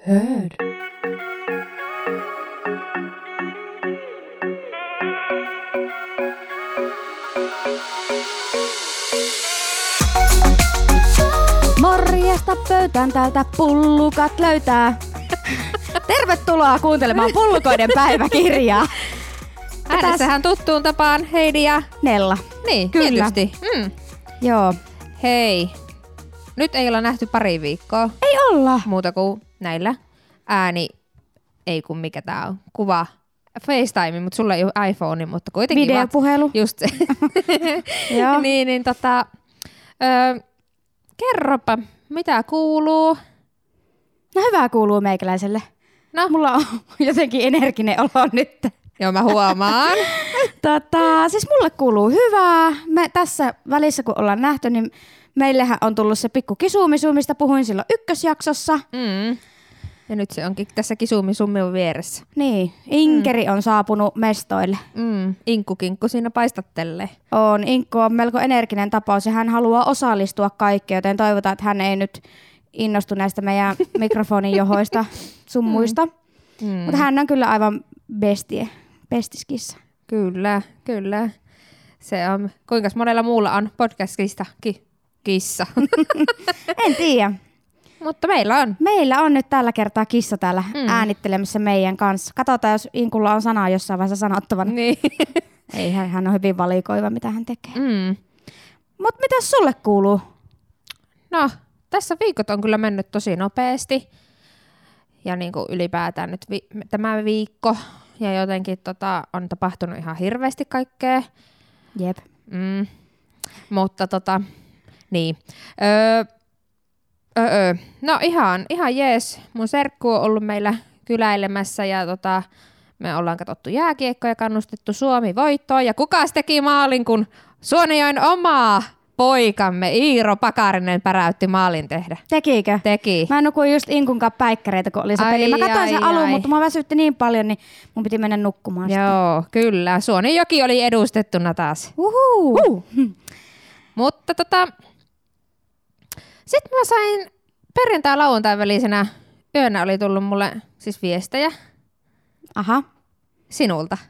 Heard. Morjesta pöytään täältä pullukat löytää. Tervetuloa kuuntelemaan Pullukoiden päiväkirjaa. Äänessähän tuttuun tapaan Heidi ja Nella. Niin, Kyllä. tietysti. Joo. Hei, nyt ei olla nähty pari viikkoa. Ei olla. Muuta kuin näillä ääni, ei kun mikä tää on, kuva. FaceTime, mutta sulla ei ole iPhone, mutta kuitenkin Videopuhelu. Just se. Joo. niin, kerropa, mitä kuuluu? No hyvää kuuluu meikäläiselle. No. Mulla on jotenkin energinen olo nyt. Joo, mä huomaan. Siis mulle kuuluu hyvää. Me tässä välissä, kun ollaan nähty, niin meillähän on tullut se pikku kisumisu, mistä puhuin silloin ykkösjaksossa. Ja nyt se onkin tässä kisumisummin vieressä. Niin, Inkeri on saapunut mestoille. Inkkukinkku siinä paistattelee. Inkku on melko energinen tapaus ja hän haluaa osallistua kaikkeen, joten toivotaan, että hän ei nyt innostu näistä meidän mikrofonin johoista summuista. Mutta hän on kyllä aivan bestiskissa. Kyllä. Se on, kuinka monella muulla on podcastista kissa? En tiedä. Mutta meillä on. Meillä on nyt tällä kertaa kissa täällä äänittelemässä meidän kanssa. Katsotaan, jos Inkulla on sanaa jossain vaiheessa sanottavana. Niin. Ei, hän on hyvin valikoiva, mitä hän tekee. Mutta mitäs sulle kuuluu? No, tässä viikot on kyllä mennyt tosi nopeasti. Ja niin kuin ylipäätään nyt tämä viikko. Ja jotenkin on tapahtunut ihan hirveästi kaikkea. Jep. Mutta niin. No ihan jees. Mun serkku on ollut meillä kyläilemässä ja me ollaan katsottu jääkiekkoa ja kannustettu Suomi voittoon. Ja kukas teki maalin, kun Suonenjoen oma poikamme Iiro Pakarinen päräytti maalin tehdä. Tekikö? Teki. Mä nukuin just Inkun kanssa päikkäreitä, kun oli se peli. Mä katsoin sen alun, mutta mä väsytti niin paljon, niin mun piti mennä nukkumaan. Joo, kyllä. Suonenjoki oli edustettuna taas. Mutta sitten mä sain perjantai-lauantain välisenä yönä oli tullut mulle siis viestejä. Aha. Sinulta.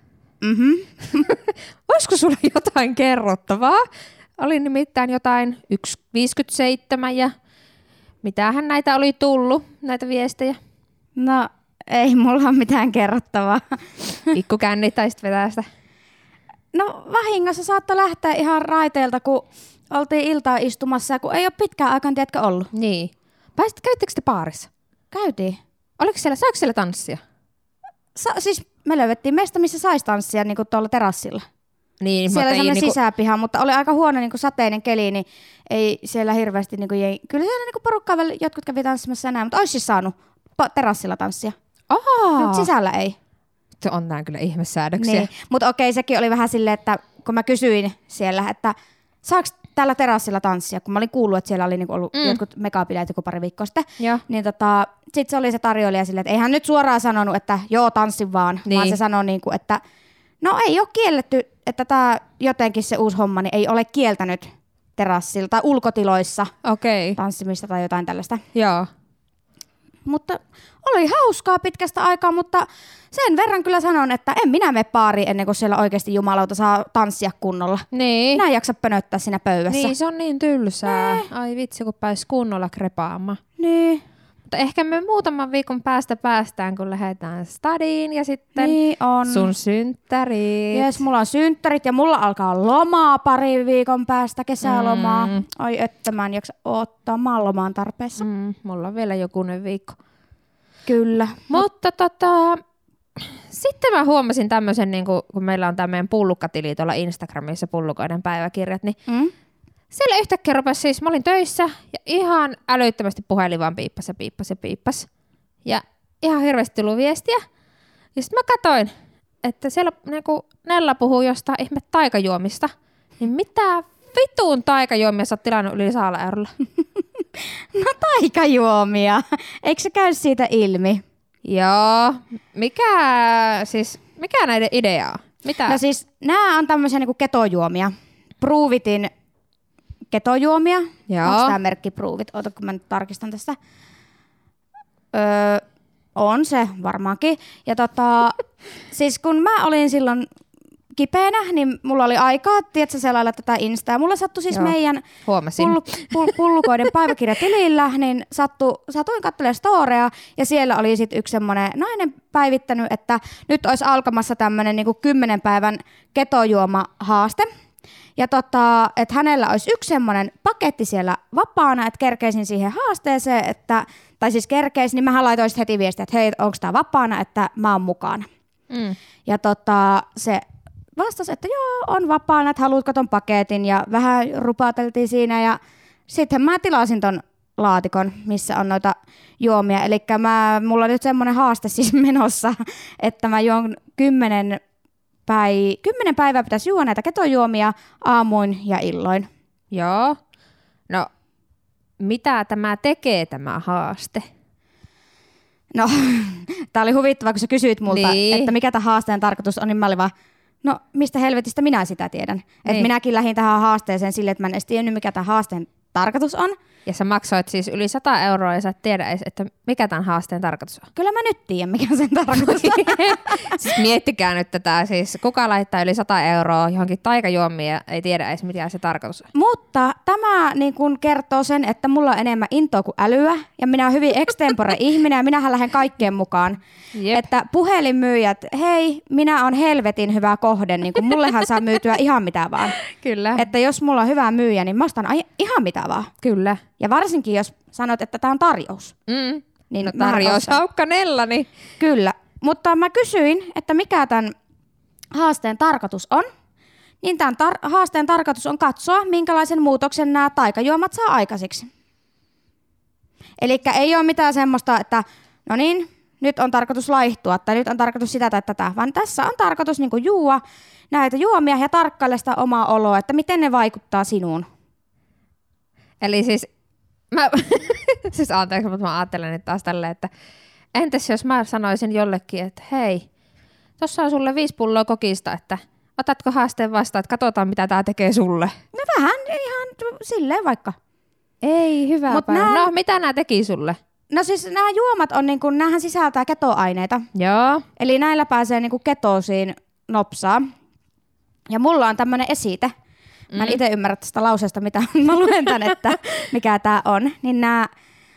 Olisiko sulla jotain kerrottavaa? Oli nimittäin jotain 1.57 ja mitähän näitä oli tullut, näitä viestejä? No ei mulla ole mitään kerrottavaa. Pikkukännit tai sitten vetää sitä. No vahingossa saattoi lähteä ihan raiteilta, kun oltiin iltaa istumassa ja kun ei ole pitkään aikaan, tiedätkö, ollut. Niin. Käyttekö te baarissa? Käytiin. Saiko siellä tanssia? Siis me löydettiin mestä, missä saisi tanssia niin kuin tuolla terassilla. Niin, siellä oli sellainen niinku sisäpiha, mutta oli aika huono niin kuin sateinen keli, niin ei siellä hirveästi niin kuin kyllä siellä niin kuin porukkaa vielä jotkut kävi tanssimassa enää, mutta olisi siis saanut terassilla tanssia. Nyt sisällä ei. Se on nää kyllä ihmesäädöksiä. Niin. Mutta okei, sekin oli vähän silleen, että kun mä kysyin siellä, että saaks täällä terassilla tanssia, kun mä olin kuullut, että siellä oli niinku ollut jotkut megabileet joku pari viikkoa sitten, niin sit se oli se tarjoilija silleen, että ei hän nyt suoraan sanonut, että joo, tanssi vaan, vaan se sanoi niinku, että no ei ole kielletty, että tää jotenkin se uusi homma niin ei ole kieltänyt terassilla tai ulkotiloissa tanssimista tai jotain tällaista. Joo. Mutta oli hauskaa pitkästä aikaa, mutta sen verran kyllä sanon, että en minä mene baariin ennen kuin siellä oikeasti jumalauta saa tanssia kunnolla. Niin. Minä en jaksa pönöttää siinä pöydässä. Niin, se on niin tylsää. Ai vitsi, kun pääsi kunnolla krepaamaan. Niin. Mutta ehkä me muutaman viikon päästä päästään, kun lähdetään stadiin ja sitten niin on. Sun synttärit. Jes, mulla on synttärit ja mulla alkaa lomaa pari viikon päästä, kesälomaa. Ai että mä en jaksa odottaa, mä oon lomaan tarpeessa. Mulla on vielä jokunen viikko. Kyllä. Mutta sitten mä huomasin tämmöisen, niin kun meillä on tämä meidän pullukatili tuolla Instagramissa, Pullukoiden päiväkirjat, niin siellä yhtäkkiä rupesi siis, mä olin töissä ja ihan älyttömästi puhelin vaan piippas. Ja ihan hirveästi tullut viestiä. Ja sitten mä katsoin, että siellä niinku Nella puhuu jostain ihme taikajuomista. Niin mitä vitun taikajuomia sä oot tilannut yli 100 eurolla? No taikajuomia. Eikö se käy siitä ilmi? Joo. Mikä näiden idea on? Mitä? No siis nämä on tämmöisiä niinku ketojuomia. Pruvitin ketojuomia. Onko tämä merkki Pruvit? Oota, kun mä nyt tarkistan tästä. On se varmaankin. Ja siis kun mä olin silloin kipeänä, niin mulla oli aikaa, tiedätkö, selailla tätä Instaa. Mulla sattui siis meidän pullukoiden päiväkirjatilillä, niin satuin katselemaan storea, ja siellä oli sitten yksi semmoinen nainen päivittänyt, että nyt olisi alkamassa tämmöinen niin 10 päivän ketojuoma-haaste. Ja että hänellä olisi yksi semmoinen paketti siellä vapaana, että kerkeisin siihen haasteeseen, tai siis kerkeisin, niin mähän laitoin heti viestiä, että hei, onko tämä vapaana, että mä oon mukana. Ja se vastasi, että joo, on vapaana, että haluatko ton paketin, ja vähän rupateltiin siinä, ja sitten mä tilasin ton laatikon, missä on noita juomia, eli mulla on nyt semmoinen haaste siis menossa, että mä juon 10 päivää pitäisi juoda näitä ketojuomia aamuin ja illoin. Joo. No, mitä tämä tekee, tämä haaste? No, tää oli huvittavaa, kun sä kysyit multa, että mikä tämä haasteen tarkoitus on, niin mä olin vaan, no mistä helvetistä minä sitä tiedän. Niin. Että minäkin lähdin tähän haasteeseen sille, että mä en edes tiennyt, mikä tämä haasteen tarkoitus on. Ja sä maksoit siis yli 100 € ja sä et tiedä edes, että mikä tämän haasteen tarkoitus on. Kyllä mä nyt tiedän, mikä sen tarkoitus on. Siis miettikää nyt tätä, siis kuka laittaa yli 100 € johonkin taikajuomiin ja ei tiedä edes, mitä se tarkoitus on. Mutta tämä niin kun kertoo sen, että mulla on enemmän intoa kuin älyä ja minä olen hyvin extempore ihminen ja minähän lähden kaikkeen mukaan. Jep. Että puhelinmyyjät, hei, minä on helvetin hyvä kohde, niin kun mullehan saa myytyä ihan mitä vaan. Kyllä. Että jos mulla on hyvä myyjä, niin mä ostan ihan mitä vaan. Kyllä. Ja varsinkin, jos sanot, että tämä on tarjous. Niin no tarjous haukkanella, niin. Kyllä, mutta mä kysyin, että mikä tämän haasteen tarkoitus on. Niin tämän haasteen tarkoitus on katsoa, minkälaisen muutoksen nämä taikajuomat saa aikaiseksi. Eli ei ole mitään semmoista, että no niin, nyt on tarkoitus laihtua tai nyt on tarkoitus sitä tai tätä, vaan tässä on tarkoitus niin kuin juua näitä juomia ja tarkkailla sitä omaa oloa, että miten ne vaikuttaa sinuun. Eli siis siis anteeksi, mutta mä ajattelen nyt taas tälleen, että entäs jos mä sanoisin jollekin, että hei, tossa on sulle 5 pulloa kokista, että otatko haasteen vastaan, että katsotaan mitä tää tekee sulle. No vähän ihan silleen vaikka. Ei, hyvä päivä. No mitä nää teki sulle? No siis nämä juomat on niinku, näähän sisältää ketoaineita. Joo. Eli näillä pääsee niinku ketoosiin nopsaa. Ja mulla on tämmönen esite. Mä en itse ymmärrä tästä lauseesta, mitä mä luen tän, että mikä tää on. Niin nämä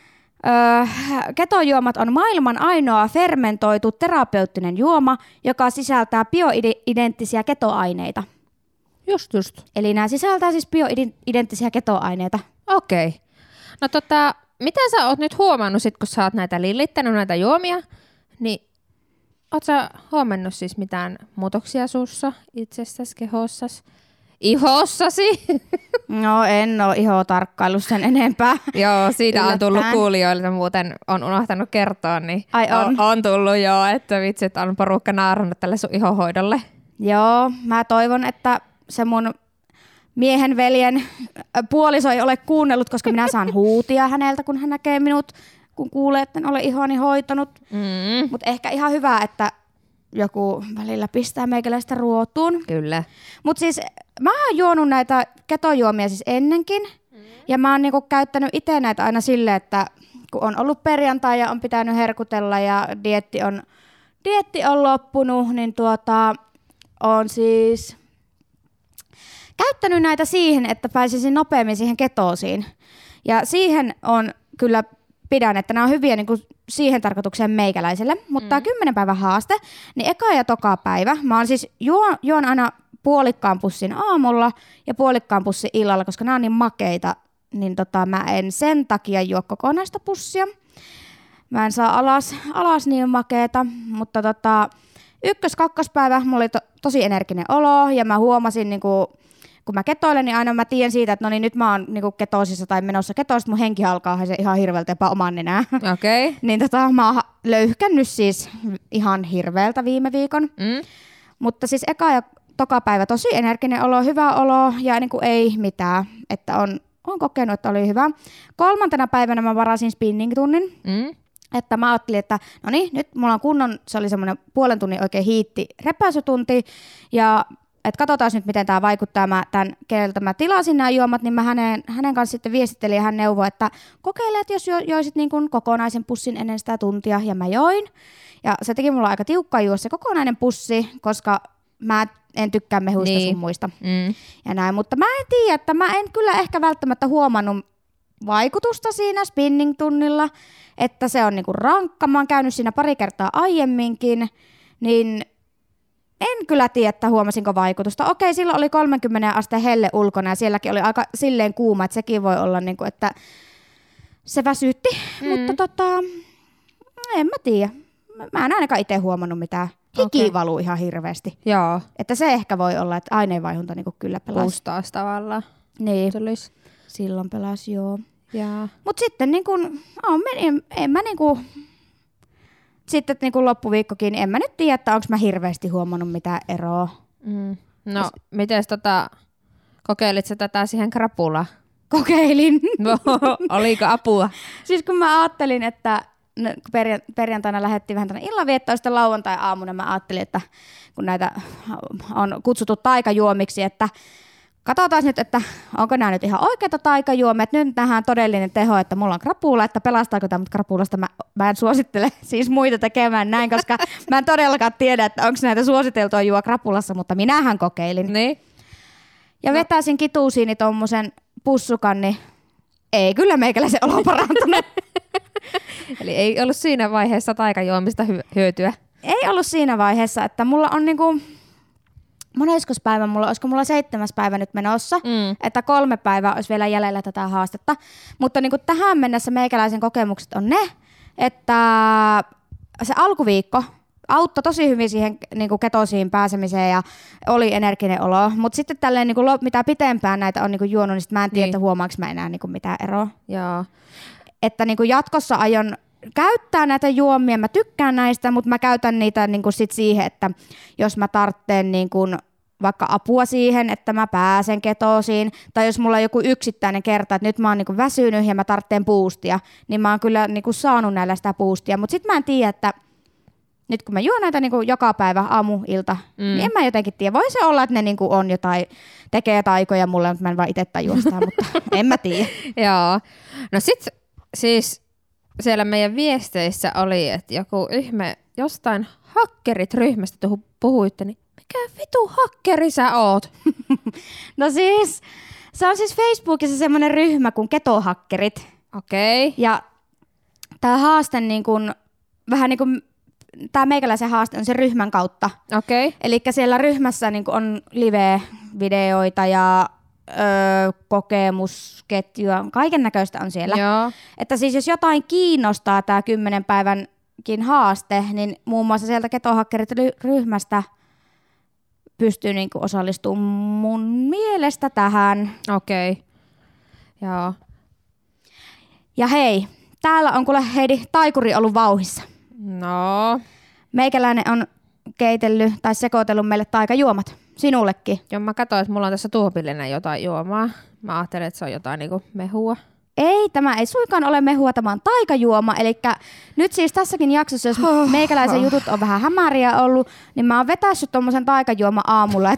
ketojuomat on maailman ainoa fermentoitu terapeuttinen juoma, joka sisältää bioidenttisiä ketoaineita. Just. Eli nämä sisältää siis bioidenttisiä ketoaineita. Okei. No mitä sä oot nyt huomannut sit, kun sä oot näitä lillittänyt näitä juomia, niin oot sä huomannut siis mitään muutoksia suussa, itsessäsi, kehossasi? Ihossasi? No en ole ihoa tarkkaillut sen enempää. Joo, siitä on tullut kuulijoille, muuten on unohtanut kertoa, niin on tullut joo, että vitsit on porukka naarannut tälle sun ihohoidolle. Joo, mä toivon, että se mun miehen veljen puoliso ei ole kuunnellut, koska minä saan huutia häneltä, kun hän näkee minut, kun kuulee, että en ole ihoani hoitanut. Mutta ehkä ihan hyvä, että joku välillä pistää meikäläistä ruotuun. Kyllä. Mutta siis mä oon juonut näitä ketojuomia siis ennenkin. Ja mä oon niinku käyttänyt itse näitä aina silleen, että kun on ollut perjantai ja on pitänyt herkutella ja dieetti on loppunut, niin on siis käyttänyt näitä siihen, että pääsisin nopeammin siihen ketoosiin. Ja siihen on kyllä pidän, että nämä on hyviä niin kuin siihen tarkoitukseen meikäläiselle. Mutta tämä 10 päivän haaste, niin eka ja toka päivä, mä oon siis juon aina puolikkaan pussin aamulla ja puolikkaan pussin illalla, koska nämä on niin makeita, niin mä en sen takia juo kokonaista pussia. Mä en saa alas niin makeeta, mutta 1.–2. mulla oli tosi energinen olo ja mä huomasin niinku, kun mä ketoilen, niin aina mä tiedän siitä, että no niin, nyt mä oon niinku ketoosissa tai menossa ketoosista, mun henki alkaa haisee ihan hirveältä jopa oman nenää. Okei. Niin mä oon löyhkännyt siis ihan hirveältä viime viikon. Mutta siis eka ja toka päivä tosi energinen olo, hyvä olo ja niinku ei mitään, että on kokenut, että oli hyvä. 3. päivänä mä varasin spinning-tunnin. Että mä ajattelin, että no niin, nyt mulla on kunnon, se oli semmoinen 0,5 tunnin oikein repäisytunti ja että katsotaan nyt, miten tämä vaikuttaa. Mä tämän, keneltä mä tilasin nämä juomat, niin mä hänen kanssa sitten viestittelin ja hän neuvoi, että kokeile, että jos joisit niin kuin kokonaisen pussin ennen sitä tuntia, ja mä join. Ja se teki mulla aika tiukkaa juoda se kokonainen pussi, koska mä en tykkää mehuista sun muista. Ja näin, mutta mä en tiedä, että mä en kyllä ehkä välttämättä huomannut vaikutusta siinä spinning-tunnilla, että se on niinku rankka. Mä oon käynyt siinä pari kertaa aiemminkin, niin en kyllä tiedä, että huomasinko vaikutusta. Okei, silloin oli 30 asteen helle ulkona ja sielläkin oli aika silleen kuuma, että sekin voi olla, niinku, että se väsytti. Mutta en mä tiedä. Mä en ainakaan itse huomannut mitään. Hiki valuu ihan hirveästi. Joo. Että se ehkä voi olla, että aineenvaihunta niinku kyllä pelasi. Pustaas tavallaan. Niin. Tulis. Silloin pelasi, joo. Mut sitten niinku, en mä niinku, sitten niinku loppuviikkokin, en mä nyt tiedä, että onko mä hirveästi huomannut mitään eroa. No, mites kokeilit sä tätä siihen krapulaan? Kokeilin. No, oliko apua? Siis kun mä ajattelin, että perjantaina lähdettiin vähän tänne illanviettoon, sitten lauantai-aamuna mä ajattelin, että kun näitä on kutsuttu taikajuomiksi, että katsotaan nyt, että onko nämä nyt ihan oikeita taikajuomia, että nyt nähdään todellinen teho, että mulla on krapula, että pelastaako tämä, mutta krapulasta mä en suosittele siis muita tekemään näin, koska mä en todellakaan tiedä, että onko näitä suositeltua juo krapulassa, mutta minähän kokeilin. Niin. Ja vetäisin kituusiini tommosen pussukan, niin ei kyllä meikäläisen olo parantunut. Eli ei ollut siinä vaiheessa taikajuomista hyötyä? Ei ollut siinä vaiheessa, että mulla on niinku, moneskos päivä olisiko mulla 7. päivä nyt menossa, että 3 päivää olisi vielä jäljellä tätä haastetta. Mutta niinku tähän mennessä meikäläisen kokemukset on ne, että se alkuviikko auttoi tosi hyvin siihen niinku ketosiin pääsemiseen ja oli energinen olo. Mutta sitten tälleen niinku, mitä pitempään näitä on niinku juonut, niin sit mä en tiedä, että huomaanko mä enää niinku mitään eroa. Joo. Että niinku jatkossa aion käyttää näitä juomia, mä tykkään näistä, mutta mä käytän niitä niinku sit siihen, että jos mä tarvitsen niinku vaikka apua siihen, että mä pääsen ketosiin, tai jos mulla on joku yksittäinen kerta, että nyt mä oon niinku väsynyt ja mä tarvitsen boostia, niin mä oon kyllä niinku saanut näillä sitä boostia, mutta sit mä en tiedä, että nyt kun mä juon näitä niinku joka päivä aamu, ilta, niin en mä jotenkin tiedä. Voi se olla, että ne niinku on jotain, tekee taikoja mulle, mutta mä en vaan itse tajua sitä, mutta en mä tiedä. Joo. No sit siis siellä meidän viesteissä oli, että joku ihme jostain hakkerit-ryhmästä puhuitte, niin mikä vitu hakkeri sä oot? No siis, se on siis Facebookissa semmoinen ryhmä kuin ketohakkerit. Okei. Okay. Ja tää haaste niin kun, vähän niin kuin, tää meikäläisen haaste on sen ryhmän kautta. Okei. Okay. Elikkä siellä ryhmässä niin kun on live-videoita ja kokemusketjua, kaiken näköistä on siellä. Joo. Että siis jos jotain kiinnostaa tää 10 päivänkin haaste, niin muun muassa sieltä ketohakkerit-ryhmästä pystyy niinku osallistumaan mun mielestä tähän. Okei. Okay. Joo. Ja hei, täällä on kuule Heidi taikuri ollut vauhissa. No. Meikäläinen on keitellyt tai sekoitellut meille taikajuomat. Sinullekin. Joo, mä katsoin, että mulla on tässä tuopillinen jotain juomaa. Mä ajattelin, että se on jotain niinku mehua. Ei, tämä ei suinkaan ole mehua, tämä on taikajuoma. Eli nyt siis tässäkin jaksossa, jos meikäläisen jutut on vähän hämäriä ollut, niin mä oon vetässyt tommosen taikajuoma aamulla.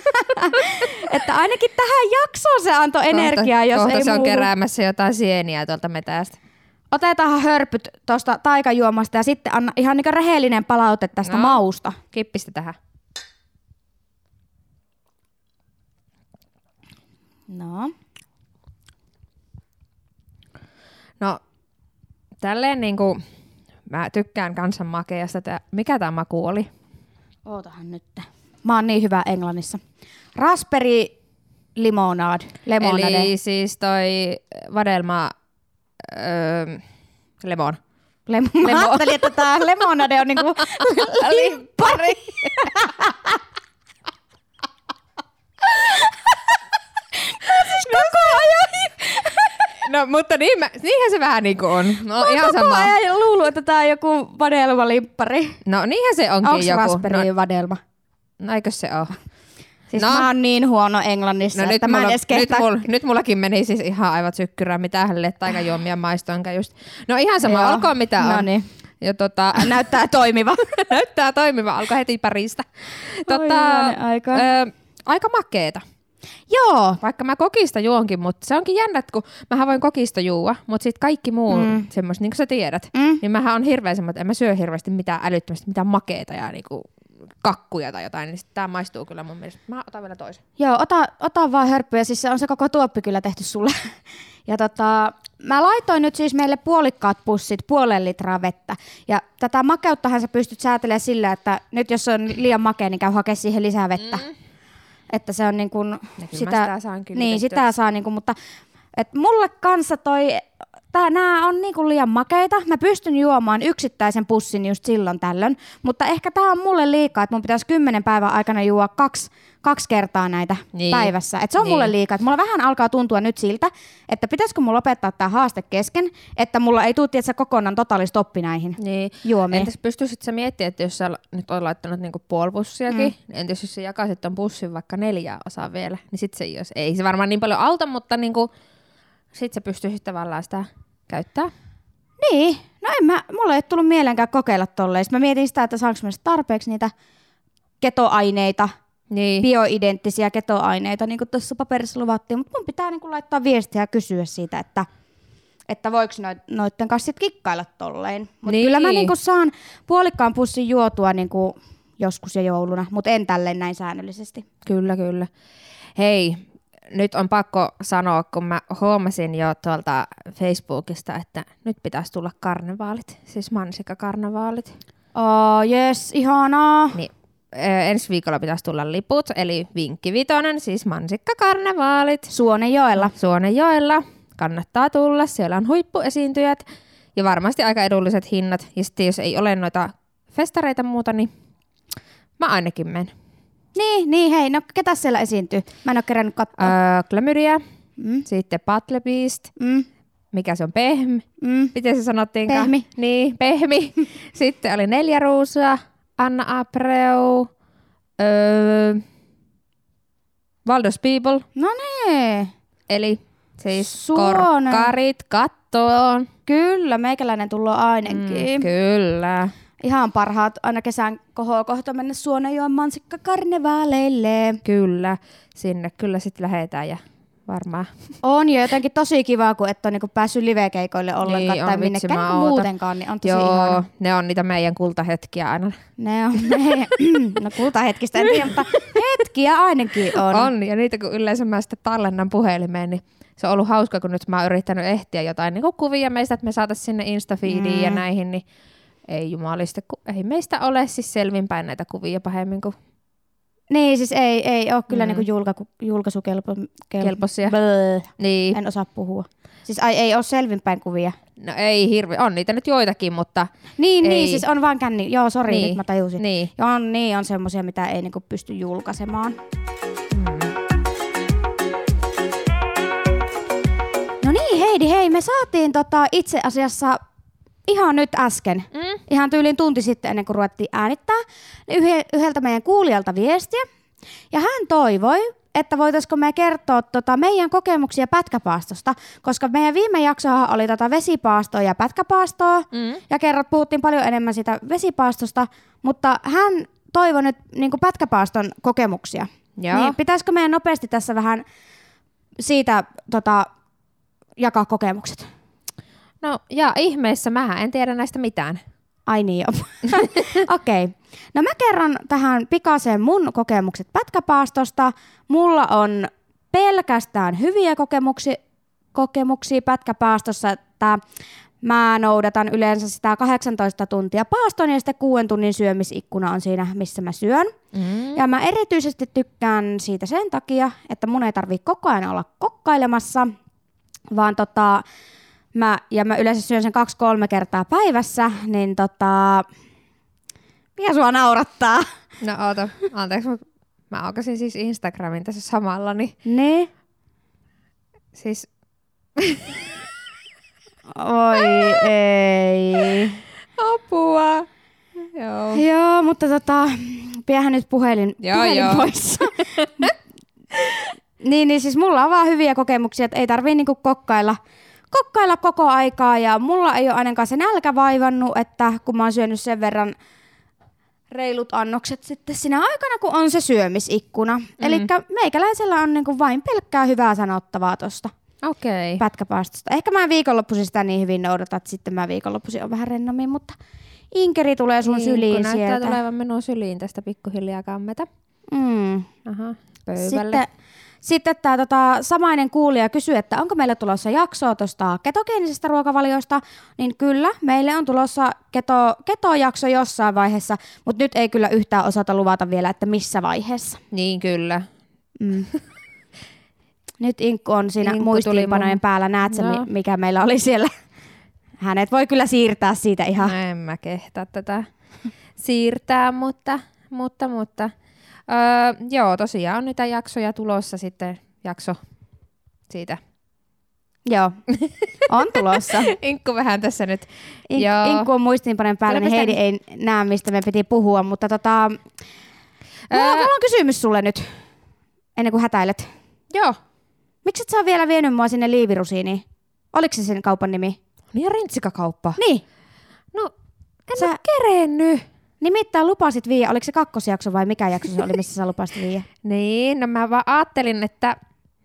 Että ainakin tähän jaksoon se antoi energiaa, jos kohta ei se on muu. keräämässä jotain sieniä tuolta metästä. Otetaan hörpyt tuosta taikajuomasta ja sitten anna ihan niin rehellinen palaute tästä mausta. Kippistä tähän. No, tälleen niinku, mä tykkään kansan makeasta. Mikä tää maku oli? Ootahan nyt. Mä oon niin hyvä englannissa. Raspberry limonade. Eli siis toi vadelma lemon. Mä ajattelin, että tää lemonade on niinku limppari. Siis koko ajan. No, mutta niinhän se vähän niinku on. No, mä ihan koko ajan luullut, että tää on joku vadelma-limppari. No, niinhän se onkin onks joku. Onks raspberry vadelma? No, eikö se oo? Siis mä oon niin huono englannissa, että mä en edes kehtaa. Nyt mullakin meni siis ihan aivan sykkyrään, mitä hänelle taikajuomia maistoinkaan just. No ihan sama, olkoon mitä on. Noniin. Ja näyttää toimiva. Näyttää toimiva, alkoi heti päristä. aika makeeta. Joo. Vaikka mä kokista juonkin, mutta se onkin jännä, kun mähän voin kokista juua, mutta sitten kaikki muu semmoista, niin kuin sä tiedät, niin mähän on hirveän semmoinen, että en mä syö hirveästi mitään älyttömästi, mitään makeeta ja niinku kakkuja tai jotain, niin tää maistuu kyllä mun mielestä. Mä otan vielä toisen. Joo, ota vaan hörppyjä, siis se on se koko tuoppi kyllä tehty sulle. Ja mä laitoin nyt siis meille puolikkaat pussit, 0,5 litraa vettä. Ja tätä makeuttahan sä pystyt säätelemään sillä, että nyt jos on liian makea, niin käy hakea siihen lisää vettä. Että se on niin kuin sitä saan kyllä niin, sitä saa niin kuin, mutta et mulle kanssa nämä on niinku liian makeita. Mä pystyn juomaan yksittäisen pussin just silloin tällöin, mutta ehkä tää on mulle liikaa, että mun pitäisi 10 päivän aikana juoda kaksi kertaa näitä päivässä. Et se on mulle liikaa. Et mulla vähän alkaa tuntua nyt siltä, että pitäisikö mulla lopettaa tää haaste kesken, että mulla ei tule tietysti kokonaan totaalistoppi näihin juomiin. Entäs pystyisit sä miettimään, että jos sä nyt oot laittanut niinku puoli pussiakin, niin entäs jos sä jakaisit ton pussin vaikka 4 osaa vielä, niin sit se ei se varmaan niin paljon auta, mutta niinku, sit sä pystyisit tavallaan sitä käyttää. Niin, no mulla ei tullut mieleenkään kokeilla tolleen. Sitten mä mietin sitä, että saanko mä tarpeeksi niitä ketoaineita, bioidenttisiä ketoaineita, niin kuin tuossa paperissa luvattiin, mutta mun pitää niin kuin laittaa viestiä ja kysyä siitä, että voiko noitten kanssa sit kikkailla tolleen. Mutta kyllä mä niin kuin saan puolikkaan pussin juotua niin kuin joskus ja jouluna, mutta en tälleen näin säännöllisesti. Kyllä. Hei, nyt on pakko sanoa, kun mä huomasin jo tuolta Facebookista, että nyt pitäisi tulla karnevaalit, siis mansikkakarnevaalit. Jes, ihanaa. Niin, ensi viikolla pitäisi tulla liput, eli vinkki 5, siis mansikkakarnevaalit. Suonenjoella. Kannattaa tulla, siellä on huippuesiintyjät ja varmasti aika edulliset hinnat. Ja sitten jos ei ole noita festareita muuta, niin mä ainakin menen. Niin, hei, no ketä siellä esiintyy? Mä en ole kerännyt katsoa. Klamydia, sitten Battle Beast, mikä se on, Pehm, miten se sanottiinkaan? Pehmi. Niin, Pehmi. Sitten oli 4 Ruusua, Anna Abreu, Valdos People. No niin. Eli siis korkkarit kattoon. Kyllä, meikäläinen tullaan ainakin. Kyllä. Ihan parhaat aina kesän kohta mennä Suonenjoen mansikkakarnevaaleille. Kyllä, sinne kyllä sitten lähdetään ja varmaan. On jo jotenkin tosi kivaa, kun et ole niinku päässyt livekeikoille ollenkaan tai minnekään muutenkaan, niin on tosi ihana. Ne on niitä meidän kultahetkiä aina. Ne on meidän, no kultahetkistä en tiedä, mutta hetkiä ainakin on. On, ja niitä kun yleensä mä sitten tallennan puhelimeen, niin se on ollut hauska, kun nyt mä oon yrittänyt ehtiä jotain niin kuvia meistä, että me saataisiin sinne Insta-feediin ja näihin, niin ei jumaliste, kun ei meistä ole siis selvinpäin näitä kuvia pahemmin kuin. Niin, siis ei ole kyllä niinku julkaisukelpoisia. Niin. En osaa puhua. Siis ei ole selvinpäin kuvia. No ei hirveä, on niitä nyt joitakin, mutta Niin, siis on vaan känni. Joo, sori, nyt mä tajusin. Niin. On semmoisia, mitä ei niinku pysty julkaisemaan. No niin, Heidi, hei, me saatiin itse asiassa ihan nyt äsken, ihan tyyliin tunti sitten ennen kuin ruvettiin äänittää, yhdeltä meidän kuulijalta viestiä. Ja hän toivoi, että voitaisiko me kertoa meidän kokemuksia pätkäpaastosta, koska meidän viime jaksohan oli vesipaastoa ja pätkäpaastoa, ja puhuttiin paljon enemmän sitä vesipaastosta, mutta hän toivoi nyt niin kuin pätkäpaaston kokemuksia. Joo. Niin pitäisikö meidän nopeasti tässä vähän siitä jakaa kokemukset? No ja ihmeessä, mähän en tiedä näistä mitään. Ai niin joo. Okei. No mä kerron tähän pikaseen mun kokemukset pätkäpaastosta. Mulla on pelkästään hyviä kokemuksia pätkäpaastossa, että mä noudatan yleensä sitä 18 tuntia paastoon ja sitten 6 tunnin syömisikkuna on siinä, missä mä syön. Ja mä erityisesti tykkään siitä sen takia, että mun ei tarvitse koko ajan olla kokkailemassa, vaan mä yleensä syön sen 2-3 kertaa päivässä, niin mikä sua naurattaa? No oota, anteeksi, mä aukasin siis Instagramin tässä samalla, niin. Ne? Siis. Oi ei. Apua. Joo, mutta pidähän nyt puhelin pois. niin siis mulla on vaan hyviä kokemuksia, että ei tarvii niinku kokkailla koko aikaa ja mulla ei ole ainakaan se nälkä vaivannut, että kun mä oon syönyt sen verran reilut annokset sitten sinä aikana, kun on se syömisikkuna. Elikkä meikäläisellä on niinku vain pelkkää hyvää sanottavaa tosta pätkäpaastosta. Ehkä mä viikonloppuisin sitä niin hyvin noudatan, että sitten mä viikonloppuisin on vähän rennommin, mutta Inkeri tulee sun syliin sieltä. Näyttää tulevan minun syliin tästä pikkuhiljaa kammeta. Aha, pöydälle. Sitten tämä samainen kuulija kysyy, että onko meillä tulossa jaksoa tuosta ketogeenisestä ruokavaliosta, niin kyllä, meille on tulossa ketojakso jossain vaiheessa, mutta nyt ei kyllä yhtään osata luvata vielä, että missä vaiheessa. Niin kyllä. Nyt Inkku on siinä muistiinpanojen päällä, näet sä mikä meillä oli siellä? Hänet voi kyllä siirtää siitä ihan. No en mä kehtaa tätä siirtää, mutta. Joo, tosiaan on niitä jaksoja tulossa sitten, jakso siitä. Joo, on tulossa. Inkku vähän tässä nyt. Inkku on muistiinpanen päällä, niin Heidi ei näe, mistä me piti puhua, mutta mulla on kysymys sulle nyt, ennen kuin hätäilet. Joo. Miksi et sä ole vielä vienyt mua sinne Liivirusiiniin? Oliko se sen kaupan nimi? Niin, Rintsikakauppa. Niin. No, en ole kerennyt. Nimittäin lupasit viiä, oliko se kakkosjakso vai mikä jakso se oli, missä sä lupasit viiä? Niin, no mä vaan ajattelin, että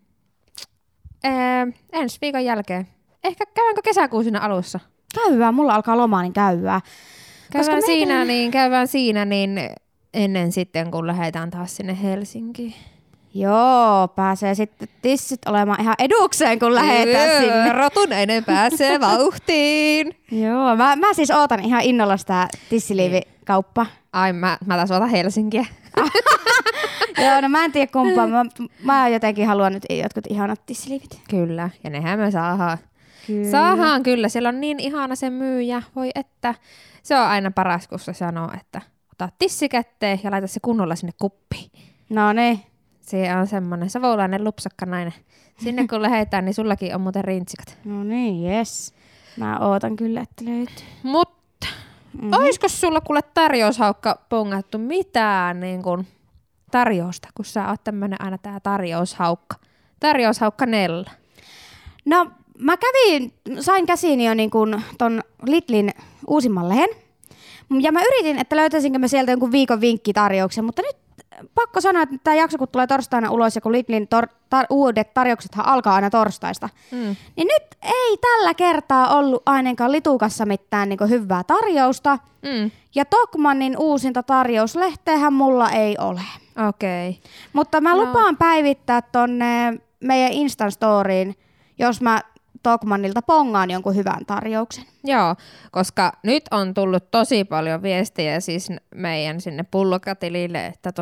ensi viikon jälkeen. Ehkä käydäänkö kesäkuun siinä alussa? Käydään, mulla alkaa lomaa, niin käydään. Käydään siinä niin ennen sitten, kun lähdetään taas sinne Helsinkiin. Joo, pääsee sitten tissit olemaan ihan edukseen, kun lähdetään sinne. Rotuneinen pääsee vauhtiin. Joo, mä siis ootan ihan innolla sitä tissiliivikauppaa. Ai, mä taas ootan Helsinkiä. Joo, no mä en tiedä kumpaa. Mä jotenkin haluan nyt jotkut ihanat tissiliivit. Kyllä, ja nehän me saadaan. Saadaan kyllä, siellä on niin ihana se myyjä. Voi että, se on aina paras, kun se sanoo, että ota tissi kätteen ja laita se kunnolla sinne kuppiin. No niin. Se on semmoinen savolainen lupsakka nainen. Sinne kun lähdetään, niin sullakin on muuten rintsikat. No niin, jes. Mä ootan kyllä, että löytyy. Mutta olisiko sulla kuule tarjoushaukka pongattu mitään niin kun tarjousta, kun sä oot tämmönen aina tää tarjoushaukka? Tarjoushaukka Nella. No mä sain käsiini jo niin kun ton Lidlin uusimman lehen. Ja mä yritin, että löytäisinkö mä sieltä jonkun viikon vinkkitarjouksen, mutta nyt pakko sanoa, että tämä jakso kun tulee torstaina ulos ja kun Lidlin uudet tarjouksethan alkaa aina torstaista, niin nyt ei tällä kertaa ollut ainakaan litukassa mitään niin hyvää tarjousta. Ja Tokmannin uusinta tarjouslehteähän mulla ei ole. Okei. Mutta mä lupaan päivittää tonne meidän Instan-storiin, jos mä Tokmannilta pongaan jonkun hyvän tarjouksen. Joo, koska nyt on tullut tosi paljon viestejä siis meidän sinne pullokatilille, että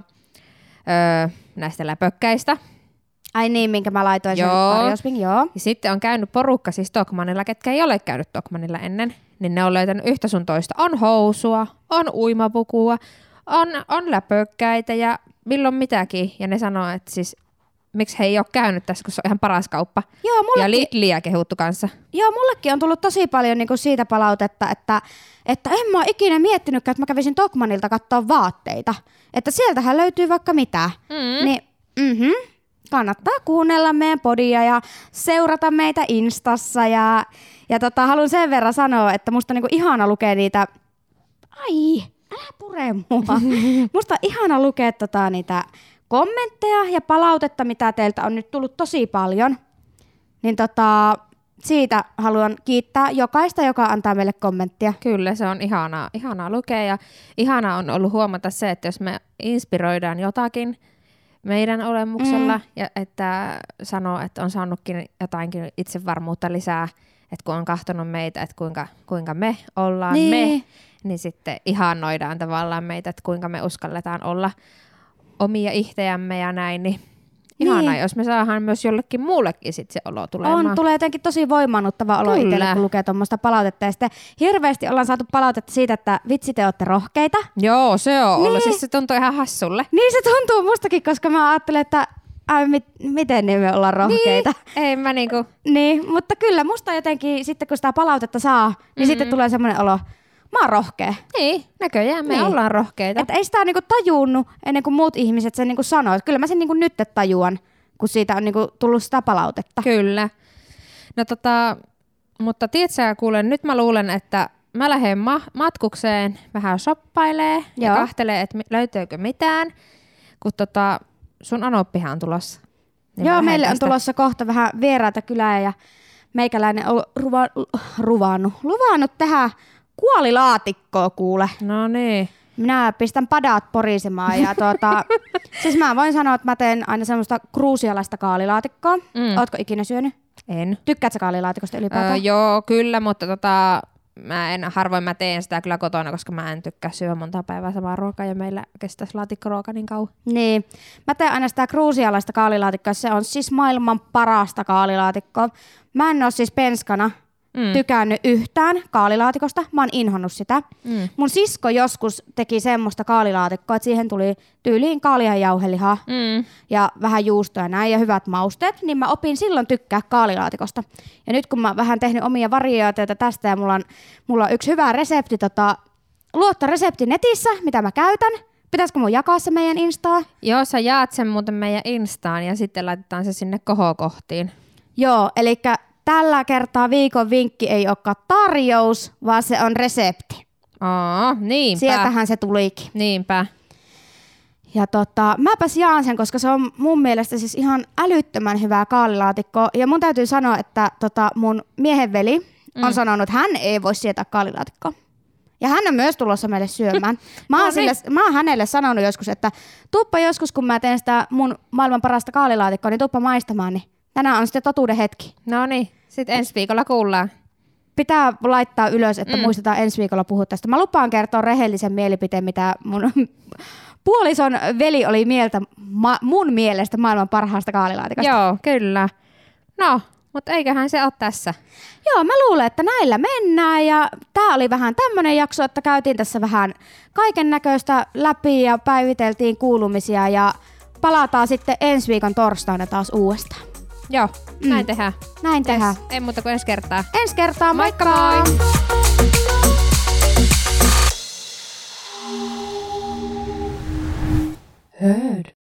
näistä läpökkäistä. Ai niin, minkä mä laitoin sen tarjouspin, joo. Ja sitten on käynyt porukka siis Tokmannilla, ketkä ei ole käynyt Tokmannilla ennen, niin ne on löytänyt yhtä sun toista. On housua, on uimapukua, on läpökkäitä ja milloin mitäkin. Ja ne sanoo, että siis miksi he ei ole käynyt tässä, kun se on ihan paras kauppa. Joo, ja Lidliä kehuttu kanssa. Joo, mullekin on tullut tosi paljon niinku siitä palautetta, että en mä ole ikinä miettinytkään, että mä kävisin Tokmannilta katsoa vaatteita. Että sieltähän löytyy vaikka mitä. Niin, kannattaa kuunnella meidän podia ja seurata meitä Instassa. Ja haluan sen verran sanoa, että musta on niinku ihana lukea niitä. Ai, älä pure mua. Musta on ihana lukea niitä kommentteja ja palautetta, mitä teiltä on nyt tullut tosi paljon, niin siitä haluan kiittää jokaista, joka antaa meille kommenttia. Kyllä, se on ihanaa lukea ja ihanaa on ollut huomata se, että jos me inspiroidaan jotakin meidän olemuksella ja että sanoo, että on saanutkin jotainkin itsevarmuutta lisää, että kun on katsonut meitä, että kuinka me ollaan niin sitten ihannoidaan tavallaan meitä, että kuinka me uskalletaan olla omia itseämme ja näin, niin ihanaa, jos me saadaan myös jollekin muullekin sit se olo tulemaan. Tulee jotenkin tosi voimaannuttava olo itselle, kun lukee tuommoista palautetta. Ja sitten hirveästi ollaan saatu palautetta siitä, että vitsi, te olette rohkeita. Joo, se on ollut. Siis se tuntuu ihan hassulle. Niin se tuntuu mustakin, koska mä ajattelen, että miten niin me ollaan rohkeita. Niin, ei mä niinku. Niin, mutta kyllä musta jotenkin sitten kun sitä palautetta saa, niin sitten tulee semmoinen olo, mä oon rohkea. Niin, näköjään me ollaan rohkeita. Että ei sitä ole niinku tajunnut ennen kuin muut ihmiset sen niinku sanoo. Kyllä mä sen niinku nyt tajuan, kun siitä on niinku tullut sitä palautetta. Kyllä. No mutta tiedätkö, kuulen, nyt mä luulen, että mä lähden matkukseen vähän shoppailee ja kahtelee, että löytyykö mitään, kun sun anoppihan on tulossa. Niin joo, meille on tulossa kohta vähän vieraita kylää ja meikäläinen on luvannut tehdä kuolilaatikkoa kuule. No niin. Minä pistän padat porisemaan ja siis mä voin sanoa, että mä teen aina semmoista kruusialaista kaalilaatikkoa. Ootko ikinä syönyt? En. Tykkäätkö kaalilaatikosta ylipäätään? Joo, kyllä, mutta harvoin mä teen sitä kyllä kotona, koska mä en tykkää syödä monta päivää samaa ruokaa ja meillä kestäisi laatikkoruoka niin kauan. Niin. Mä teen aina sitä kruusialaista kaalilaatikkoa. Se on siis maailman parasta kaalilaatikkoa. Mä en oo siis penskana tykännyt yhtään kaalilaatikosta. Mä oon inhonnut sitä. Mun sisko joskus teki semmoista kaalilaatikkoa, että siihen tuli tyyliin kaalia ja jauhelihaa ja vähän juustoa ja näin ja hyvät mausteet, niin mä opin silloin tykkää kaalilaatikosta. Ja nyt kun mä oon vähän tehnyt omia variaatioita tästä ja mulla on yksi hyvä resepti, luottoresepti netissä, mitä mä käytän. Pitäisikö mun jakaa se meidän Instaan? Joo, sä jaat sen muuten meidän Instaan ja sitten laitetaan se sinne kohokohtiin. Joo, elikkä tällä kertaa viikon vinkki ei olekaan tarjous, vaan se on resepti. Niinpä. Sieltähän se tulikin. Niinpä. Ja mäpäs jaan sen, koska se on mun mielestä siis ihan älyttömän hyvää kaalilaatikkoa. Ja mun täytyy sanoa, että mun miehen veli on sanonut, että hän ei voi sietää kaalilaatikkoa. Ja hän on myös tulossa meille syömään. Mä oon hänelle sanonut joskus, että tuuppa joskus, kun mä teen sitä mun maailman parasta kaalilaatikkoa, niin tuuppa maistamaan, niin tänään on sitten totuuden hetki. No niin, sitten ensi viikolla kuullaan. Pitää laittaa ylös, että muistetaan ensi viikolla puhua tästä. Mä lupaan kertoa rehellisen mielipiteen, mitä mun puolison veli oli mieltä mun mielestä maailman parhaasta kaalilaatikosta. Joo, kyllä. No, mutta eiköhän se ole tässä. Joo, mä luulen, että näillä mennään ja tää oli vähän tämmönen jakso, että käytiin tässä vähän kaiken näköistä läpi ja päiviteltiin kuulumisia ja palataan sitten ensi viikon torstaina taas uudestaan. Joo, näin tehdään. Näin tehdään. Ei muuta kuin ensi kertaa. Ensi kertaa, moikka moi! Heard.